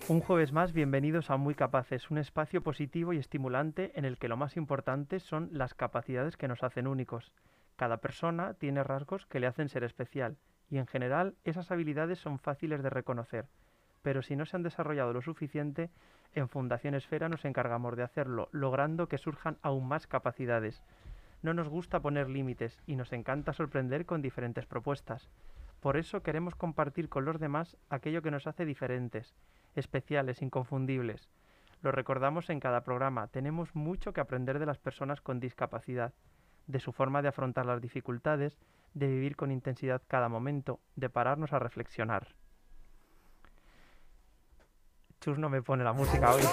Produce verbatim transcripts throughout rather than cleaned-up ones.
Un jueves más, bienvenidos a Muy Capaces, un espacio positivo y estimulante en el que lo más importante son las capacidades que nos hacen únicos. Cada persona tiene rasgos que le hacen ser especial y en general esas habilidades son fáciles de reconocer, pero si no se han desarrollado lo suficiente, en Fundación Esfera nos encargamos de hacerlo, logrando que surjan aún más capacidades. No nos gusta poner límites y nos encanta sorprender con diferentes propuestas. Por eso queremos compartir con los demás aquello que nos hace diferentes, especiales, inconfundibles. Lo recordamos en cada programa, tenemos mucho que aprender de las personas con discapacidad, de su forma de afrontar las dificultades, de vivir con intensidad cada momento, de pararnos a reflexionar. Chus no me pone la música hoy.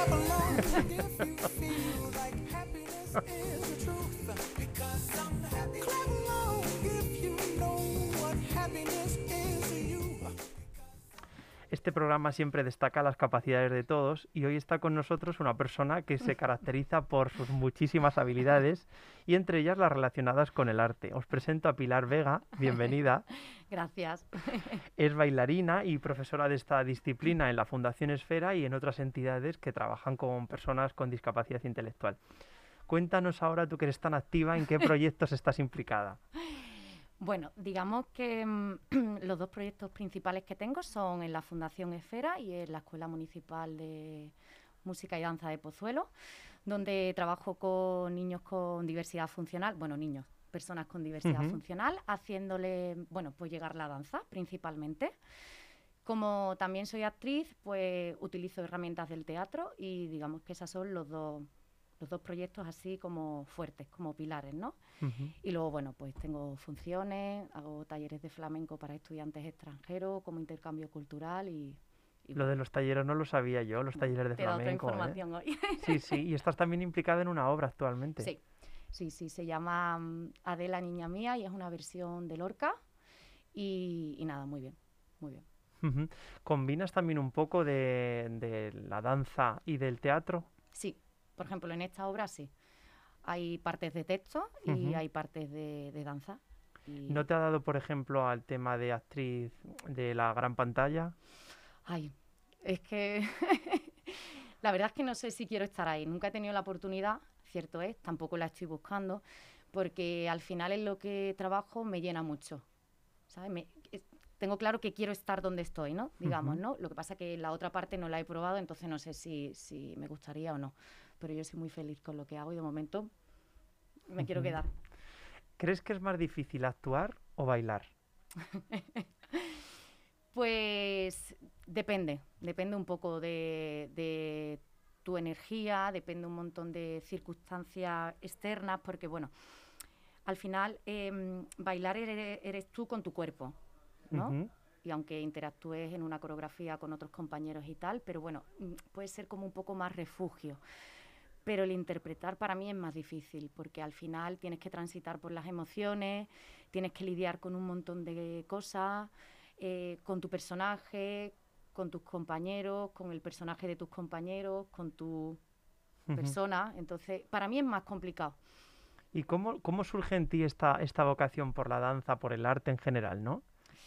Este programa siempre destaca las capacidades de todos y hoy está con nosotros una persona que se caracteriza por sus muchísimas habilidades y entre ellas las relacionadas con el arte. Os presento a Pilar Vega, bienvenida. Gracias. Es bailarina y profesora de esta disciplina en la Fundación Esfera y en otras entidades que trabajan con personas con discapacidad intelectual. Cuéntanos ahora, tú que eres tan activa, ¿en qué proyectos estás implicada? Bueno, digamos que mmm, los dos proyectos principales que tengo son en la Fundación Esfera y en la Escuela Municipal de Música y Danza de Pozuelo, donde trabajo con niños con diversidad funcional, bueno, niños, personas con diversidad Uh-huh. funcional, haciéndole, bueno, pues llegar la danza principalmente. Como también soy actriz, pues utilizo herramientas del teatro y digamos que esos son los dos, los dos proyectos así como fuertes, como pilares, ¿no? Uh-huh. Y luego, bueno, pues tengo funciones, hago talleres de flamenco para estudiantes extranjeros como intercambio cultural y... y Lo bueno, de los talleres no lo sabía yo, los talleres de te he dado otra flamenco, ¿eh? información hoy. Sí, sí, y estás también implicada en una obra actualmente. Sí, sí, sí, se llama um, Adela Niña Mía y es una versión de Lorca y, y nada, muy bien, muy bien. Uh-huh. ¿Combinas también un poco de, de la danza y del teatro? Sí, por ejemplo, en esta obra sí. Hay partes de texto y Uh-huh. hay partes de, de danza. Y, ¿No te ha dado, por ejemplo, al tema de actriz de la gran pantalla? ay, es que la verdad es que no sé si quiero estar ahí. Nunca he tenido la oportunidad, cierto es, tampoco la estoy buscando, porque al final en lo que trabajo me llena mucho, ¿sabes? Me, es, tengo claro que quiero estar donde estoy, ¿no? Digamos, Uh-huh. ¿no? Lo que pasa es que la otra parte no la he probado, entonces no sé si, si me gustaría o no. Pero yo soy muy feliz con lo que hago y de momento me quiero Uh-huh. quedar. ¿Crees que es más difícil actuar o bailar? Pues depende, depende un poco de, de tu energía, depende un montón de circunstancias externas, porque bueno, al final eh, bailar eres, eres tú con tu cuerpo, ¿no? Uh-huh. Y aunque interactúes en una coreografía con otros compañeros y tal, pero bueno, puede ser como un poco más refugio. Pero el interpretar para mí es más difícil, porque al final tienes que transitar por las emociones, tienes que lidiar con un montón de cosas, eh, con tu personaje, con tus compañeros, con el personaje de tus compañeros, con tu Uh-huh. persona. Entonces, para mí es más complicado. ¿Y cómo, cómo surge en ti esta, esta vocación por la danza, por el arte en general, no?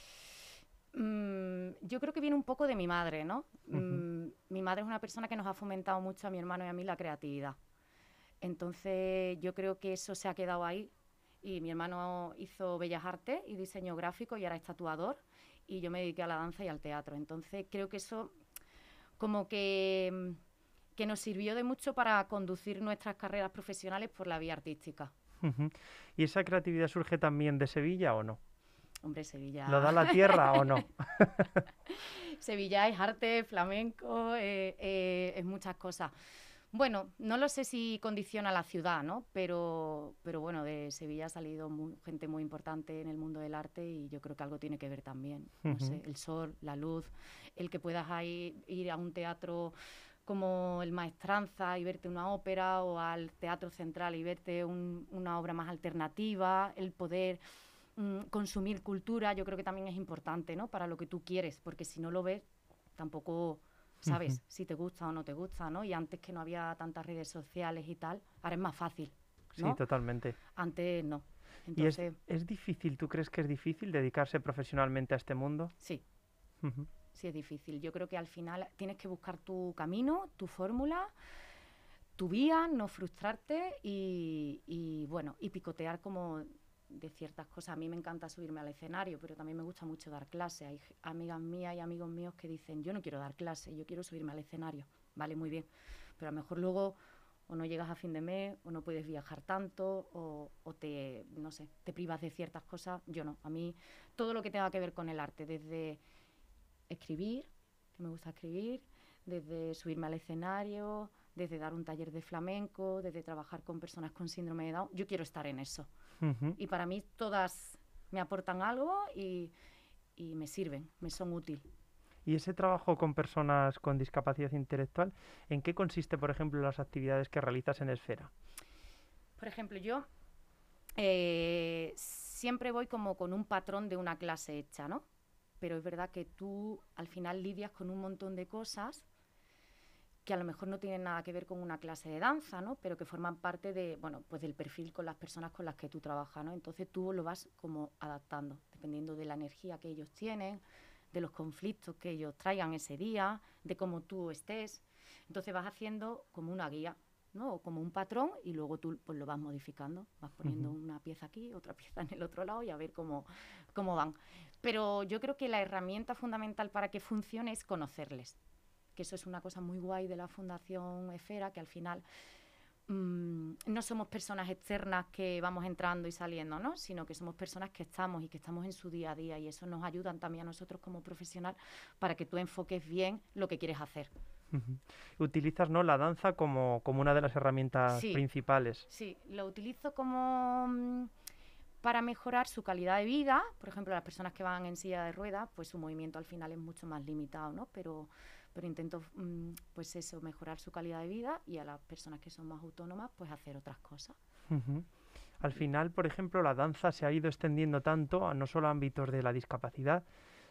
Mm, yo creo que viene un poco de mi madre, ¿no? Uh-huh. Mm, mi madre es una persona que nos ha fomentado mucho a mi hermano y a mí la creatividad. Entonces, yo creo que eso se ha quedado ahí. Y mi hermano hizo Bellas Artes y diseño gráfico y ahora es tatuador. Y yo me dediqué a la danza y al teatro. Entonces, creo que eso como que, que nos sirvió de mucho para conducir nuestras carreras profesionales por la vía artística. Uh-huh. ¿Y esa creatividad surge también de Sevilla o no? Hombre, ¿Lo Sevilla... da la tierra o no? Sevilla es arte, flamenco, eh, eh, es muchas cosas. Bueno, no lo sé si condiciona la ciudad, ¿no? Pero, pero bueno, de Sevilla ha salido muy, gente muy importante en el mundo del arte y yo creo que algo tiene que ver también. No Uh-huh. sé, el sol, la luz, el que puedas ahí, ir a un teatro como el Maestranza y verte una ópera o al Teatro Central y verte un, una obra más alternativa, el poder mm, consumir cultura, yo creo que también es importante, ¿no? Para lo que tú quieres, porque si no lo ves, tampoco sabes Uh-huh. si te gusta o no te gusta, ¿no? Y antes que no había tantas redes sociales y tal, ahora es más fácil, Sí, ¿no? totalmente. Antes no. ¿Y es, Entonces, es difícil, tú crees que es difícil dedicarse profesionalmente a este mundo? sí, Uh-huh. sí es difícil. Yo creo que al final tienes que buscar tu camino, tu fórmula, tu vía, no frustrarte y, y, bueno, y picotear como de ciertas cosas. A mí me encanta subirme al escenario, pero también me gusta mucho dar clase. Hay amigas mías y amigos míos que dicen, yo no quiero dar clase, yo quiero subirme al escenario. Vale, muy bien, pero a lo mejor luego o no llegas a fin de mes, o no puedes viajar tanto, o, o te, no sé, te privas de ciertas cosas. Yo no. A mí todo lo que tenga que ver con el arte, desde escribir, que me gusta escribir, desde subirme al escenario, desde dar un taller de flamenco, desde trabajar con personas con síndrome de Down, yo quiero estar en eso. Uh-huh. Y para mí todas me aportan algo y, y me sirven, me son útiles. ¿Y ese trabajo con personas con discapacidad intelectual, en qué consiste, por ejemplo, las actividades que realizas en Esfera? Por ejemplo, yo eh, siempre voy como con un patrón de una clase hecha, ¿no? Pero es verdad que tú al final lidias con un montón de cosas que a lo mejor no tienen nada que ver con una clase de danza, ¿no? Pero que forman parte de, bueno, pues del perfil con las personas con las que tú trabajas, ¿no? Entonces tú lo vas como adaptando, dependiendo de la energía que ellos tienen, de los conflictos que ellos traigan ese día, de cómo tú estés. Entonces vas haciendo como una guía, ¿no? O como un patrón y luego tú pues lo vas modificando, vas poniendo uh-huh. una pieza aquí, otra pieza en el otro lado y a ver cómo, cómo van. Pero yo creo que la herramienta fundamental para que funcione es conocerles, que eso es una cosa muy guay de la Fundación Esfera, que al final mmm, no somos personas externas que vamos entrando y saliendo, ¿no? Sino que somos personas que estamos y que estamos en su día a día y eso nos ayuda también a nosotros como profesional para que tú enfoques bien lo que quieres hacer. Uh-huh. Utilizas, ¿no?, la danza como, como una de las herramientas sí, principales. Sí, lo utilizo como mmm, para mejorar su calidad de vida. Por ejemplo, las personas que van en silla de ruedas, pues su movimiento al final es mucho más limitado, ¿no? Pero, pero intento, mmm, pues eso, mejorar su calidad de vida y a las personas que son más autónomas, pues hacer otras cosas. Uh-huh. Al final, por ejemplo, la danza se ha ido extendiendo tanto a no solo a ámbitos de la discapacidad,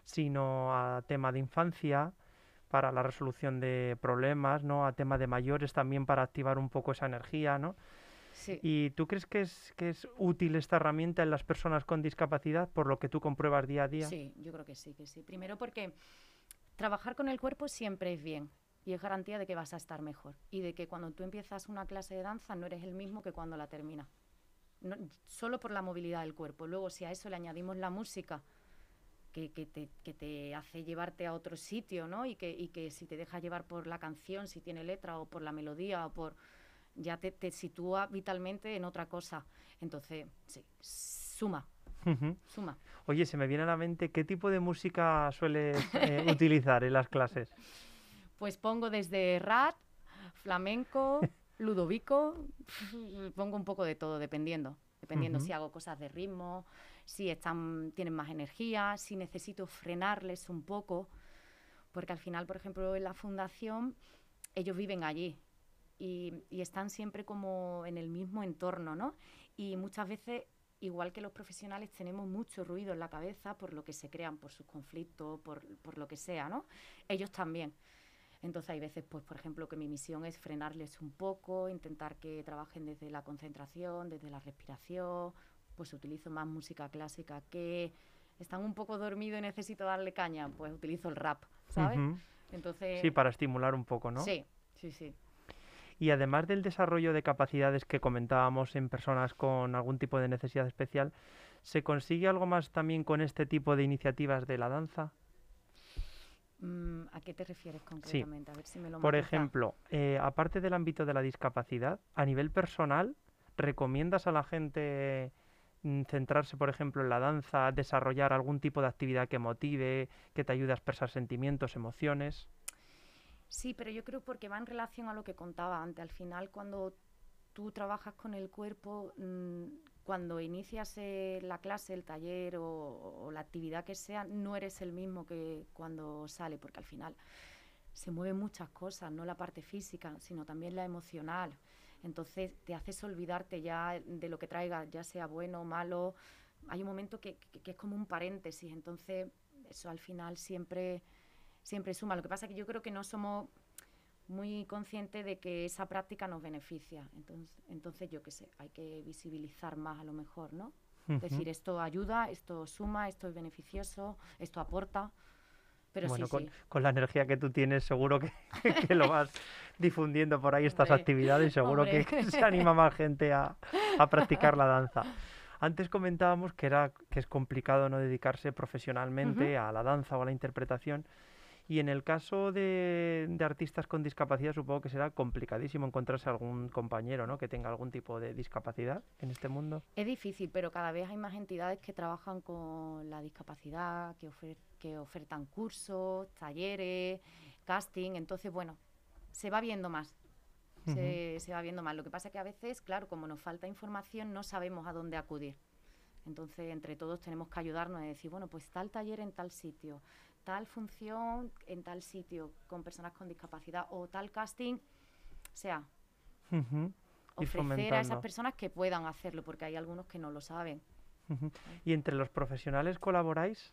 sino a tema de infancia, para la resolución de problemas, ¿no? A tema de mayores también para activar un poco esa energía, ¿no? Sí. ¿Y tú crees que es, que es útil esta herramienta en las personas con discapacidad por lo que tú compruebas día a día? Sí, yo creo que sí, que sí. Primero porque trabajar con el cuerpo siempre es bien y es garantía de que vas a estar mejor y de que cuando tú empiezas una clase de danza no eres el mismo que cuando la terminas. No, solo por la movilidad del cuerpo. Luego, si a eso le añadimos la música, Que, que, te, que te hace llevarte a otro sitio, ¿no? Y que, y que si te dejas llevar por la canción, si tiene letra, o por la melodía, o por ya te, te sitúa vitalmente en otra cosa. Entonces, sí, suma, uh-huh. suma. Oye, se me viene a la mente, ¿qué tipo de música sueles eh, utilizar en las clases? Pues pongo desde rap, flamenco, ludovico, pongo un poco de todo, dependiendo. Dependiendo uh-huh. si hago cosas de ritmo, si están, tienen más energía, si necesito frenarles un poco, porque al final, por ejemplo, en la fundación, ellos viven allí y, y están siempre como en el mismo entorno, ¿no? Y muchas veces, igual que los profesionales, tenemos mucho ruido en la cabeza por lo que se crean, por sus conflictos, por, por lo que sea, ¿no? Ellos también. Entonces hay veces, pues por ejemplo, que mi misión es frenarles un poco, intentar que trabajen desde la concentración, desde la respiración, pues utilizo más música clásica. Que están un poco dormidos y necesito darle caña, pues utilizo el rap, ¿sabes? Uh-huh. Entonces, sí, para estimular un poco, ¿no? Sí, sí, sí. Y además del desarrollo de capacidades que comentábamos en personas con algún tipo de necesidad especial, ¿se consigue algo más también con este tipo de iniciativas de la danza? ¿A qué te refieres concretamente? Sí. A ver si me lo Por matiza. ejemplo, eh, aparte del ámbito de la discapacidad, a nivel personal, ¿recomiendas a la gente mm, centrarse, por ejemplo, en la danza, desarrollar algún tipo de actividad que motive, que te ayude a expresar sentimientos, emociones? Sí, pero yo creo porque va en relación a lo que contaba antes. Al final, cuando tú trabajas con el cuerpo, mmm, cuando inicias eh, la clase, el taller o, o la actividad que sea, no eres el mismo que cuando sale, porque al final se mueven muchas cosas, no la parte física, sino también la emocional. Entonces te haces olvidarte ya de lo que traigas, ya sea bueno o malo. Hay un momento que, que, que es como un paréntesis, entonces eso al final siempre, siempre suma. Lo que pasa es que yo creo que no somos muy consciente de que esa práctica nos beneficia. Entonces, entonces yo qué sé, hay que visibilizar más a lo mejor, ¿no? Uh-huh. Decir, esto ayuda, esto suma, esto es beneficioso, esto aporta. Pero Bueno, sí, con, sí. con la energía que tú tienes, seguro que, que lo vas difundiendo por ahí estas Hombre, actividades, seguro que, hombre. que se anima más gente a, a practicar la danza. Antes comentábamos que era que es complicado no dedicarse Ujú. profesionalmente a la danza o a la interpretación. Y en el caso de, de artistas con discapacidad, supongo que será complicadísimo encontrarse algún compañero, ¿no? Que tenga algún tipo de discapacidad en este mundo. Es difícil, pero cada vez hay más entidades que trabajan con la discapacidad, que, ofer- que ofertan cursos, talleres, casting. Entonces, bueno, se va viendo más. Ujú, Se, se va viendo más. Lo que pasa es que a veces, claro, como nos falta información, no sabemos a dónde acudir. Entonces, entre todos tenemos que ayudarnos y decir, bueno, pues tal taller en tal sitio, tal función en tal sitio con personas con discapacidad o tal casting. O sea, ujú. Ir ofrecer a esas fomentando. personas que puedan hacerlo, porque hay algunos que no lo saben. Ujú. ¿Y entre los profesionales colaboráis?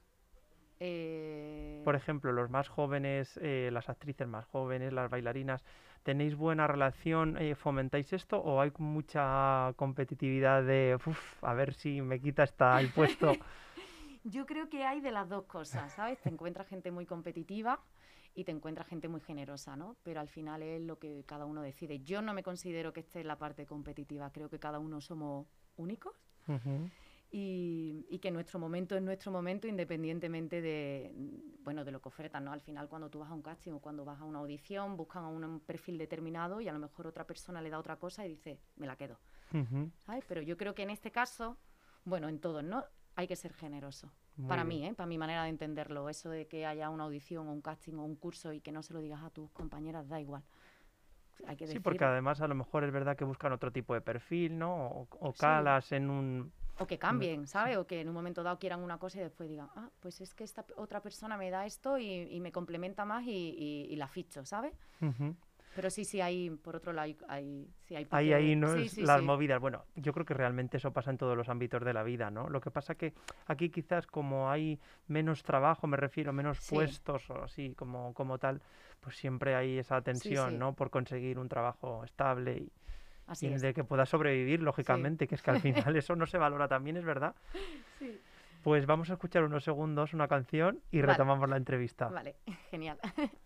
Eh, Por ejemplo, los más jóvenes, eh, las actrices más jóvenes, las bailarinas, ¿tenéis buena relación? Eh, ¿fomentáis esto o hay mucha competitividad de, "Uf, a ver si me quita esta el puesto"? yo creo que hay de las dos cosas, ¿sabes? Te encuentras gente muy competitiva y te encuentras gente muy generosa, ¿no? Pero al final es lo que cada uno decide. Yo no me considero que esté en la parte competitiva, creo que cada uno somos únicos Ujú, y, y que nuestro momento es nuestro momento independientemente de, bueno, de lo que ofertan, ¿no? Al final cuando tú vas a un casting o cuando vas a una audición buscan a un perfil determinado y a lo mejor otra persona le da otra cosa y dice, me la quedo, ujú. ¿sabes? Pero yo creo que en este caso, bueno, en todos, ¿no? Hay que ser generoso. Muy Para bien. mí, ¿eh? Para mi manera de entenderlo, eso de que haya una audición o un casting o un curso y que no se lo digas a tus compañeras, da igual. Hay que Sí, porque decir, además a lo mejor es verdad que buscan otro tipo de perfil, ¿no? O, o sí, calas en un... o que me- cambien, Sí. ¿sabes? O que en un momento dado quieran una cosa y después digan, ah, pues es que esta otra persona me da esto y, y me complementa más y, y- y la ficho, ¿sabes? Ujú. Pero sí, sí, hay, por otro lado, hay, hay- sí, hay Ahí, ahí, pique. ¿no? Sí, Es sí, las sí. movidas. Bueno, yo creo que realmente eso pasa en todos los ámbitos de la vida, ¿no? Lo que pasa que aquí quizás como hay menos trabajo, me refiero, menos Sí, puestos o así como, como tal, pues siempre hay esa sí, tensión, sí. ¿no? Por conseguir un trabajo estable y, y Así en el es. de que pueda sobrevivir, Sí. lógicamente, que es que al final eso no se valora también, es verdad. Sí. Pues vamos a escuchar unos segundos una canción y Vale, retomamos la entrevista. vale, genial.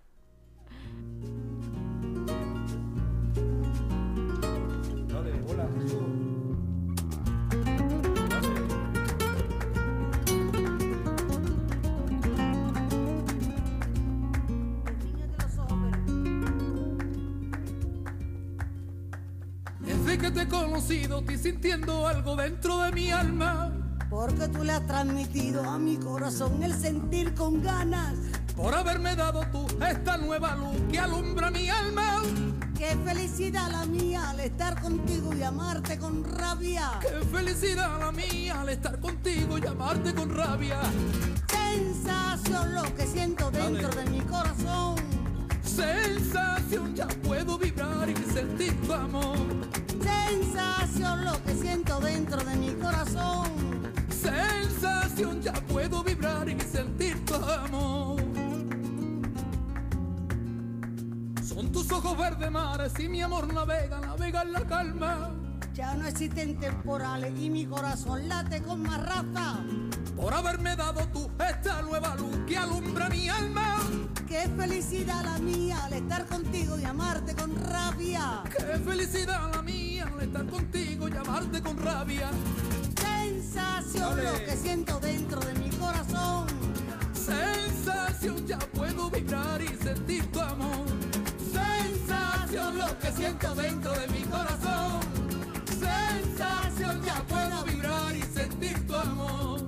Dale, hola Jesús. Desde que te he conocido, estoy sintiendo algo dentro de mi alma. Porque tú le has transmitido a mi corazón el sentir con ganas. Por haberme dado tú esta nueva luz que alumbra mi alma. Qué felicidad la mía al estar contigo y amarte con rabia. Qué felicidad la mía al estar contigo y amarte con rabia. Sensación lo que siento dentro Dale. de mi corazón. Sensación, ya puedo vibrar y sentir tu amor. Sensación lo que siento dentro de mi corazón. Sensación, ya puedo vibrar y sentir tu amor. Son tus ojos verdes mares y mi amor navega, navega en la calma. Ya no existen temporales y mi corazón late con más raza. Por haberme dado tú esta nueva luz que alumbra mi alma. Qué felicidad la mía al estar contigo y amarte con rabia. Qué felicidad la mía al estar contigo y amarte con rabia. Sensación Dale. lo que siento dentro de mi corazón. Sensación, ya puedo vibrar y sentir tu amor. Sensación, lo que siento dentro de mi corazón. Sensación, ya puedo vibrar y sentir tu amor.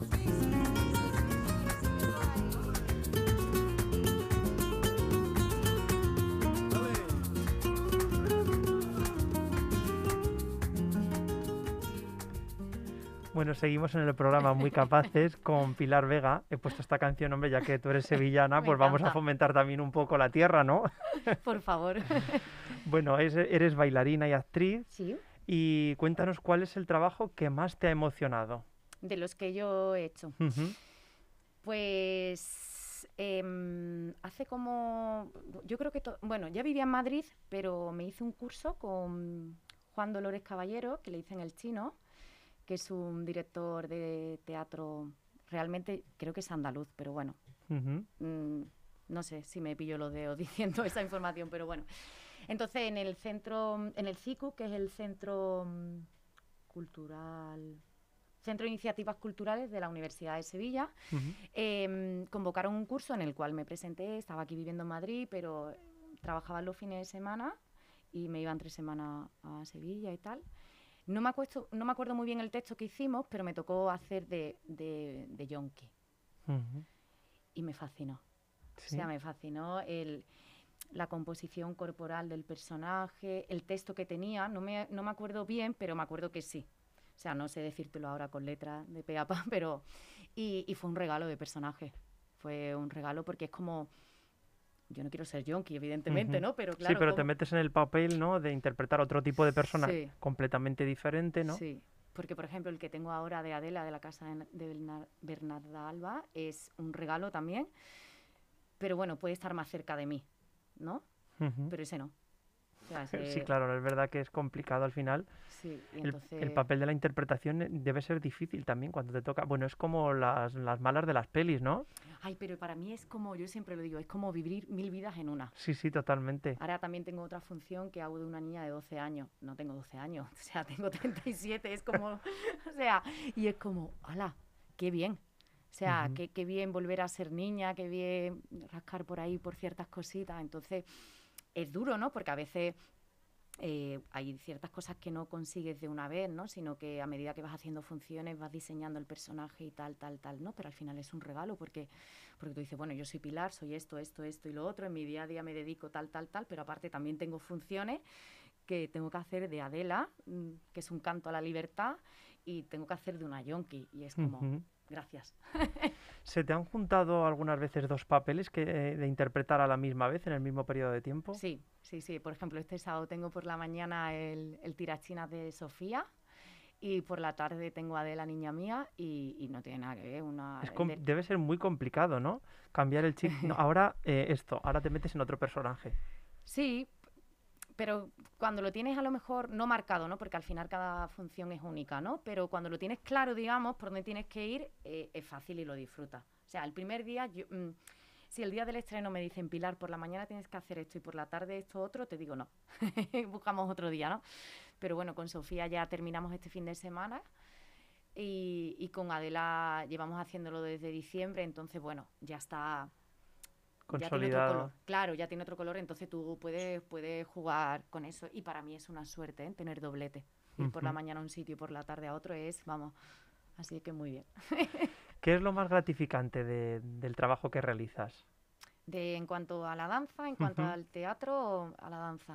Bueno, seguimos en el programa Muy Capaces con Pilar Vega. He puesto esta canción, hombre, ya que tú eres sevillana, Me pues vamos a encanta. fomentar también un poco la tierra, ¿no? Por favor. Bueno, es- eres bailarina y actriz Sí. y cuéntanos cuál es el trabajo que más te ha emocionado. De los que yo he hecho. Ujú, Pues em, hace como, yo creo que, to- bueno, ya vivía en Madrid, pero me hice un curso con Juan Dolores Caballero, que le dicen El Chino, que es un director de teatro, realmente creo que es andaluz, pero bueno, ujú. mm, no sé si me pillo los dedos diciendo esa información, pero bueno. Entonces, en el centro, en el C I C U, que es el Centro mm, Cultural... Centro de Iniciativas Culturales de la Universidad de Sevilla, Ujú. eh, convocaron un curso en el cual me presenté, estaba aquí viviendo en Madrid, pero trabajaba los fines de semana y me iba entre semana a Sevilla y tal. No me acuerdo, no me acuerdo muy bien el texto que hicimos, pero me tocó hacer de, de, de yonki Ujú. y me fascinó. Sí. O sea, me fascinó el, la composición corporal del personaje, el texto que tenía, no me, no me acuerdo bien, pero me acuerdo que sí. O sea, no sé decírtelo ahora con letras de pe a pa, pero... Y, y fue un regalo de personaje. Fue un regalo porque es como... Yo no quiero ser yonki, evidentemente, Ujú. ¿no? Pero claro, Sí, pero te como- metes en el papel, ¿no? De interpretar otro tipo de personaje Sí. completamente diferente, ¿no? Sí, porque por ejemplo el que tengo ahora de Adela, de la casa de, de Bernar- Bernarda Alba, es un regalo también, pero bueno, puede estar más cerca de mí, ¿no? Ujú. Pero ese no. O sea, Sí, ese- claro, es verdad que es complicado al final. sí, y El, entonces... el papel de la interpretación eh, debe ser difícil también cuando te toca. Bueno, es como las, las malas de las pelis, ¿no? Ay, pero para mí es como, yo siempre lo digo, es como vivir mil vidas en una. Sí, sí, totalmente. Ahora también tengo otra función que hago de una niña de doce años. No tengo doce años, o sea, tengo treinta y siete, es como, o sea, y es como, ¡hala! ¡Qué bien! O sea, Ujú. qué, qué bien volver a ser niña, qué bien rascar por ahí por ciertas cositas. Entonces, es duro, ¿no? Porque a veces eh, hay ciertas cosas que no consigues de una vez, ¿no? Sino que a medida que vas haciendo funciones vas diseñando el personaje y tal, tal, tal, ¿no? Pero al final es un regalo porque, porque tú dices, bueno, yo soy Pilar, soy esto, esto, esto y lo otro, en mi día a día me dedico tal, tal, tal, pero aparte también tengo funciones que tengo que hacer de Adela, mm, que es un canto a la libertad, y tengo que hacer de una yonki, y es como, Ujú. gracias. ¿Se te han juntado algunas veces dos papeles que, eh, de interpretar a la misma vez en el mismo periodo de tiempo? Sí, sí, sí. Por ejemplo, este sábado tengo por la mañana el, el tirachinas de Sofía y por la tarde tengo a Adela, niña mía, y, y no tiene nada que ver. Una, Es el com- de- debe ser muy complicado, ¿no? Cambiar el chip. No, ahora eh, esto, ahora te metes en otro personaje. Sí, pero cuando lo tienes a lo mejor no marcado, ¿no? Porque al final cada función es única, ¿no? Pero cuando lo tienes claro, digamos, por dónde tienes que ir, eh, es fácil y lo disfrutas. O sea, el primer día, yo, mm, si el día del estreno me dicen, Pilar, por la mañana tienes que hacer esto y por la tarde esto otro, te digo no. Buscamos otro día, ¿no? Pero bueno, con Sofía ya terminamos este fin de semana y, y con Adela llevamos haciéndolo desde diciembre, entonces bueno, ya está... Ya tiene otro Consolidado. color, claro, ya tiene otro color, entonces tú puedes, puedes jugar con eso. Y para mí es una suerte, ¿eh? Tener doblete. Ir por la Ujú. mañana a un sitio y por la tarde a otro es, vamos, así que muy bien. ¿Qué es lo más gratificante de- del trabajo que realizas? De, en cuanto a la danza, en cuanto Ujú. al teatro, a la danza.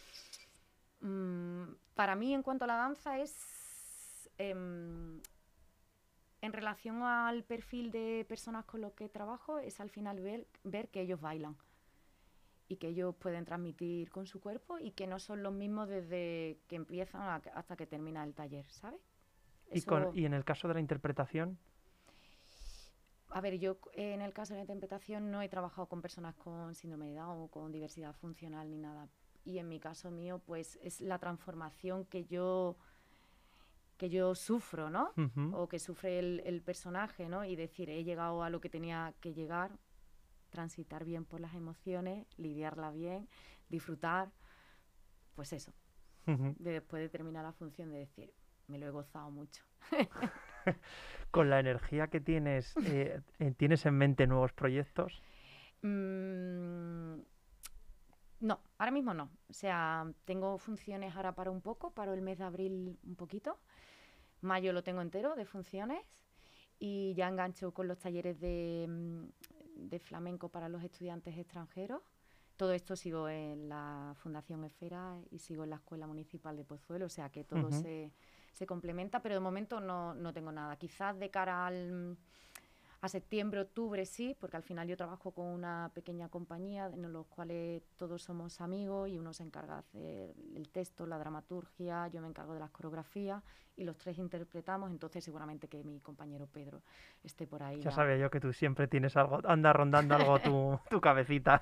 Mm, para mí, en cuanto a la danza, es em, en relación al perfil de personas con los que trabajo, es al final ver, ver que ellos bailan y que ellos pueden transmitir con su cuerpo y que no son los mismos desde que empiezan a- hasta que termina el taller, ¿sabes? Y, Eso, con, y en el caso de la interpretación, a ver, yo c- en el caso de la interpretación no he trabajado con personas con síndrome de Down o con diversidad funcional ni nada. Y en mi caso mío, pues es la transformación que yo que yo sufro, ¿no? ujú, O que sufre el, el personaje, ¿no? Y decir, he llegado a lo que tenía que llegar, transitar bien por las emociones, lidiarlas bien, disfrutar, pues eso, ujú. de después de terminar la función de decir, me lo he gozado mucho. Con la energía que tienes, eh, eh, ¿tienes en mente nuevos proyectos? Mm, no, ahora mismo no. O sea, tengo funciones ahora para un poco, para el mes de abril un poquito. Mayo lo tengo entero de funciones y ya engancho con los talleres de, mm, de flamenco para los estudiantes extranjeros. Todo esto sigo en la Fundación Esfera y sigo en la Escuela Municipal de Pozuelo, o sea que todo Ujú. se, se complementa, pero de momento no, no tengo nada. Quizás de cara al, a septiembre, octubre sí, porque al final yo trabajo con una pequeña compañía en los cuales todos somos amigos y uno se encarga de hacer el texto, la dramaturgia, yo me encargo de las coreografías y los tres interpretamos, entonces seguramente que mi compañero Pedro esté por ahí. Ya ya. sabía yo que tú siempre tienes algo, anda rondando algo tu, tu cabecita.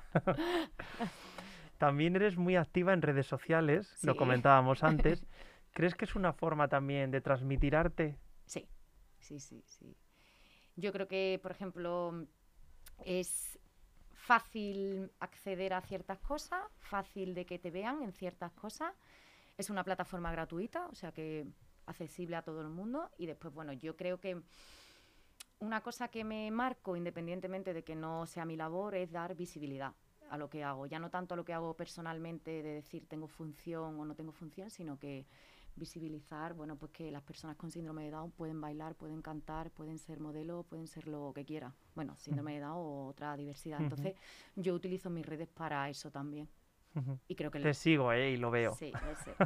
También eres muy activa en redes sociales, lo Sí. comentábamos antes. ¿Crees que es una forma también de transmitir arte? Sí, sí, sí, sí. Yo creo que, por ejemplo, es fácil acceder a ciertas cosas, fácil de que te vean en ciertas cosas. Es una plataforma gratuita, o sea que accesible a todo el mundo. Y después, bueno, yo creo que una cosa que me marco, independientemente de que no sea mi labor, es dar visibilidad a lo que hago. Ya no tanto a lo que hago personalmente, de decir tengo función o no tengo función, sino que visibilizar, bueno, pues que las personas con síndrome de Down pueden bailar, pueden cantar, pueden ser modelos, pueden ser lo que quieran. Bueno, síndrome de Down o otra diversidad. Ujú. Entonces, yo utilizo mis redes para eso también. Ujú. Y creo que... Te sigo, ¿eh? Y lo veo. Sí, lo sé.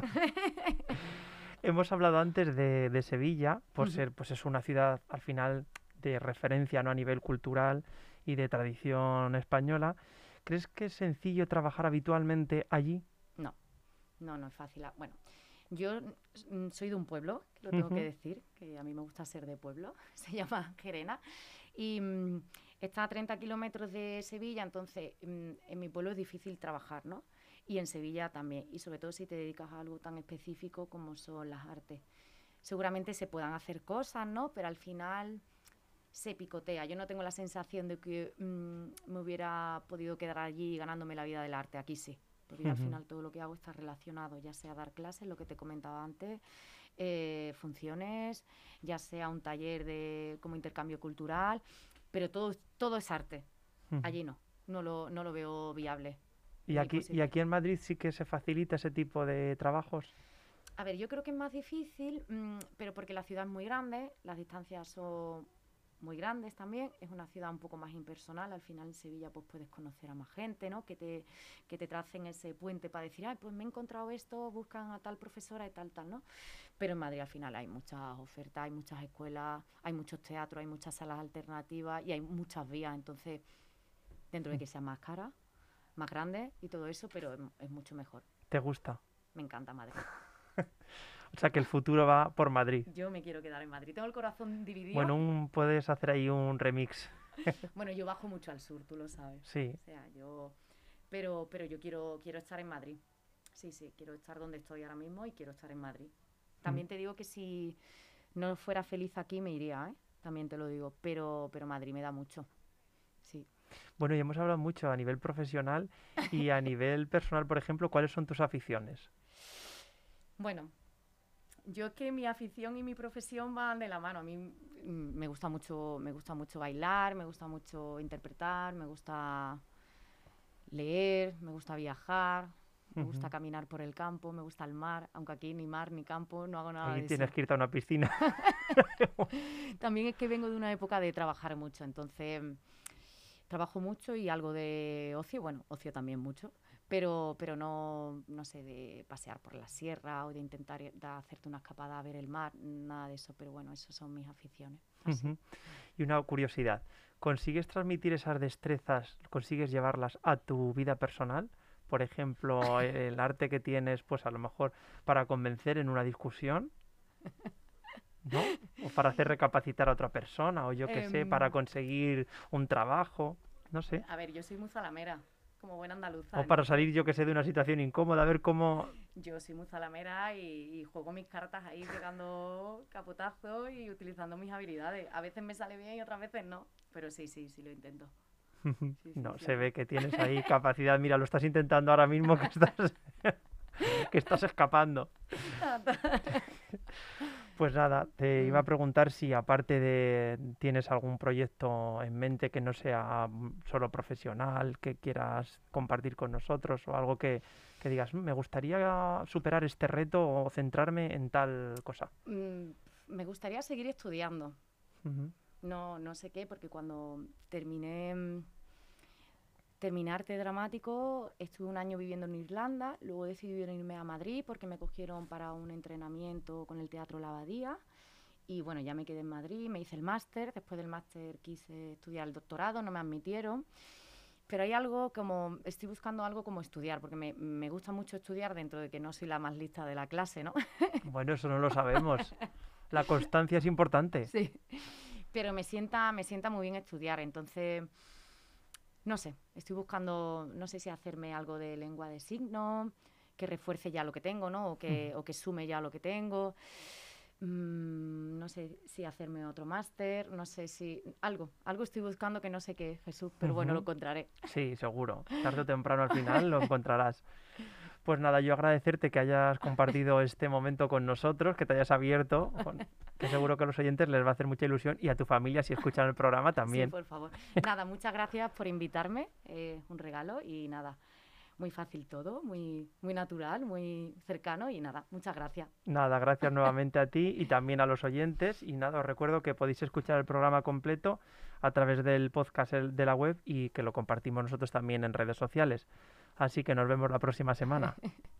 Hemos hablado antes de, de Sevilla, por Ujú. ser, pues es una ciudad al final de referencia, ¿no? A nivel cultural y de tradición española. ¿Crees que es sencillo trabajar habitualmente allí? No, no, no es fácil. Ah, Bueno, yo mm, soy de un pueblo, lo tengo Ujú. que decir, que a mí me gusta ser de pueblo, se llama Gerena, y mm, está a treinta kilómetros de Sevilla, entonces mm, en mi pueblo es difícil trabajar, ¿no? Y en Sevilla también, y sobre todo si te dedicas a algo tan específico como son las artes. Seguramente se puedan hacer cosas, ¿no? Pero al final se picotea. Yo no tengo la sensación de que mm, me hubiera podido quedar allí ganándome la vida del arte. Aquí sí, porque yo al Ujú. final todo lo que hago está relacionado, ya sea dar clases, lo que te comentaba antes, eh, funciones, ya sea un taller de como intercambio cultural, pero todo, todo es arte. Ujú. Allí no, no lo, no lo veo viable. ¿Y ni aquí, y posible. aquí en Madrid sí que se facilita ese tipo de trabajos? A ver, yo creo que es más difícil, mm, pero porque la ciudad es muy grande, las distancias son muy grandes también, es una ciudad un poco más impersonal, al final en Sevilla pues puedes conocer a más gente, ¿no? Que te, que te tracen ese puente para decir, ay, pues me he encontrado esto, buscan a tal profesora y tal, tal, ¿no? Pero en Madrid al final hay muchas ofertas, hay muchas escuelas, hay muchos teatros, hay muchas salas alternativas y hay muchas vías, entonces, dentro de que sea más cara, más grande y todo eso, pero es, es mucho mejor. ¿Te gusta? Me encanta Madrid. O sea que el futuro va por Madrid. Yo me quiero quedar en Madrid. Tengo el corazón dividido. Bueno, un- puedes hacer ahí un remix. Bueno, yo bajo mucho al sur, tú lo sabes. Sí. O sea, yo... Pero, pero yo quiero, quiero estar en Madrid. Sí, sí, quiero estar donde estoy ahora mismo y quiero estar en Madrid. También te digo que si no fuera feliz aquí me iría, ¿eh? También te lo digo. Pero, pero Madrid me da mucho. Sí. Bueno, y hemos hablado mucho a nivel profesional y a nivel personal, por ejemplo, ¿cuáles son tus aficiones? Bueno, yo es que mi afición y mi profesión van de la mano. A mí mm, me gusta mucho, me gusta mucho bailar, me gusta mucho interpretar, me gusta leer, me gusta viajar, me gusta Ujú. caminar por el campo, me gusta el mar, aunque aquí ni mar ni campo, no hago nada Aquí de tienes eso. que irte a una piscina. También es que vengo de una época de trabajar mucho, entonces mm, trabajo mucho y algo de ocio, bueno, ocio también mucho, pero, pero no, no sé, de pasear por la sierra o de intentar ir- de hacerte una escapada a ver el mar, nada de eso, pero bueno, esas son mis aficiones. Así. Ujú. Y una curiosidad, ¿consigues transmitir esas destrezas, consigues llevarlas a tu vida personal? Por ejemplo, e- el arte que tienes, pues a lo mejor para convencer en una discusión, ¿no? O para hacer recapacitar a otra persona, o yo qué sé, para Em, conseguir un trabajo, no sé. a ver, yo soy muy zalamera, como buena andaluza. O para entonces salir, yo qué sé, de una situación incómoda, a ver cómo... yo soy muy zalamera y, y juego mis cartas ahí pegando capotazos y utilizando mis habilidades. A veces me sale bien y otras veces no, pero sí, sí, sí lo intento. Sí, sí, No, sí. se ve que tienes ahí capacidad. Mira, lo estás intentando ahora mismo que estás, que estás escapando. Pues nada, te iba a Mm. preguntar si aparte de tienes algún proyecto en mente que no sea mm, solo profesional, que quieras compartir con nosotros o algo que, que digas, "Mm, me gustaría superar este reto o centrarme en tal cosa". Mm, me gustaría seguir estudiando. Ujú. No, no sé qué, porque cuando terminé, mm, terminé arte dramático, estuve un año viviendo en Irlanda, luego decidí irme a Madrid porque me cogieron para un entrenamiento con el Teatro La Abadía y bueno, ya me quedé en Madrid, me hice el máster, después del máster quise estudiar el doctorado, no me admitieron, pero hay algo como, estoy buscando algo como estudiar, porque me, me gusta mucho estudiar dentro de que no soy la más lista de la clase, ¿no? Bueno, eso no lo sabemos. La constancia es importante. Sí. Pero me sienta, me sienta muy bien estudiar, entonces, no sé, estoy buscando, no sé si hacerme algo de lengua de signos, que refuerce ya lo que tengo, ¿no? O que, o que sume ya lo que tengo. mmm, no sé si hacerme otro máster, no sé si... Algo, algo estoy buscando que no sé qué, Jesús, pero uh-huh. bueno, lo encontraré. Sí, seguro. Tarde o temprano al final lo encontrarás. Pues nada, yo agradecerte que hayas compartido este momento con nosotros, que te hayas abierto, con, que seguro que a los oyentes les va a hacer mucha ilusión, y a tu familia si escuchan el programa también. Sí, por favor. Nada, muchas gracias por invitarme, eh, un regalo, y nada, muy fácil todo, muy, muy natural, muy cercano, y nada, muchas gracias. Nada, gracias nuevamente a ti y también a los oyentes, y nada, os recuerdo que podéis escuchar el programa completo a través del podcast de la web y que lo compartimos nosotros también en redes sociales. Así que nos vemos la próxima semana.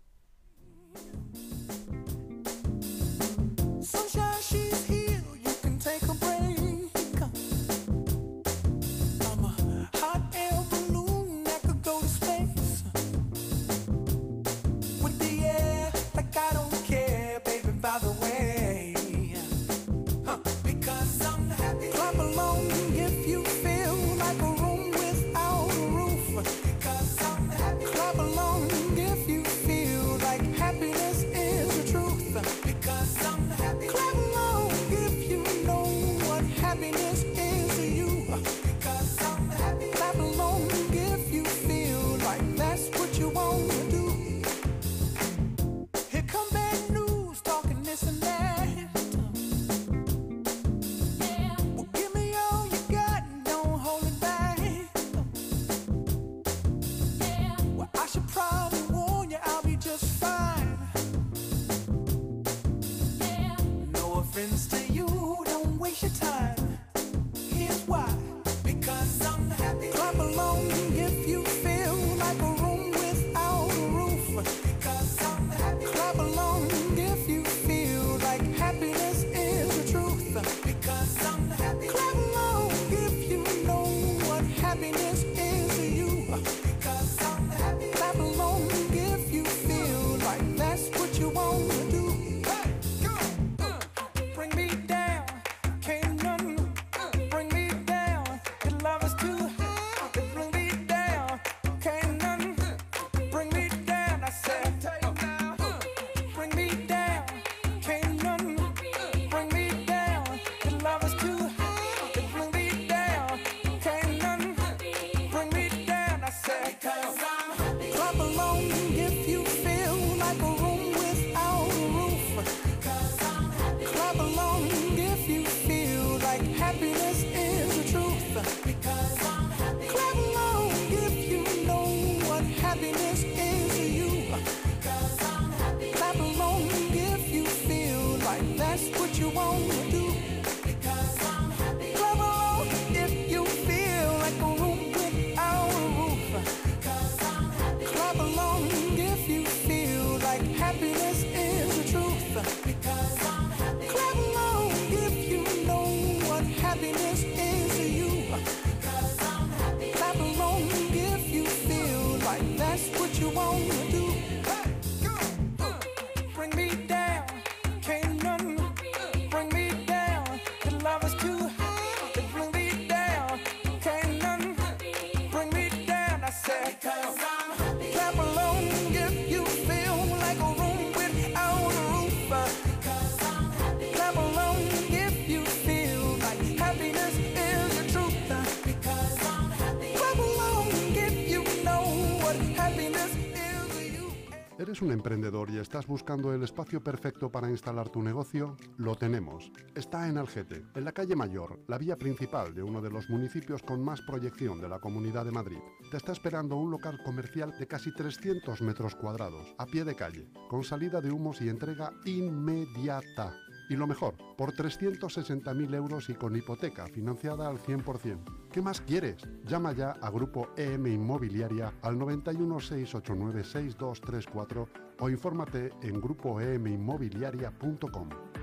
¿Eres un emprendedor y estás buscando el espacio perfecto para instalar tu negocio? Lo tenemos. Está en Algete, en la calle Mayor, la vía principal de uno de los municipios con más proyección de la Comunidad de Madrid. Te está esperando un local comercial de casi trescientos metros cuadrados, a pie de calle, con salida de humos y entrega inmediata. Y lo mejor, por trescientos sesenta mil euros y con hipoteca financiada al cien por cien. ¿Qué más quieres? Llama ya a Grupo E M Inmobiliaria al noventa y uno, seiscientos ochenta y nueve, sesenta y dos treinta y cuatro o infórmate en grupo e m inmobiliaria punto com.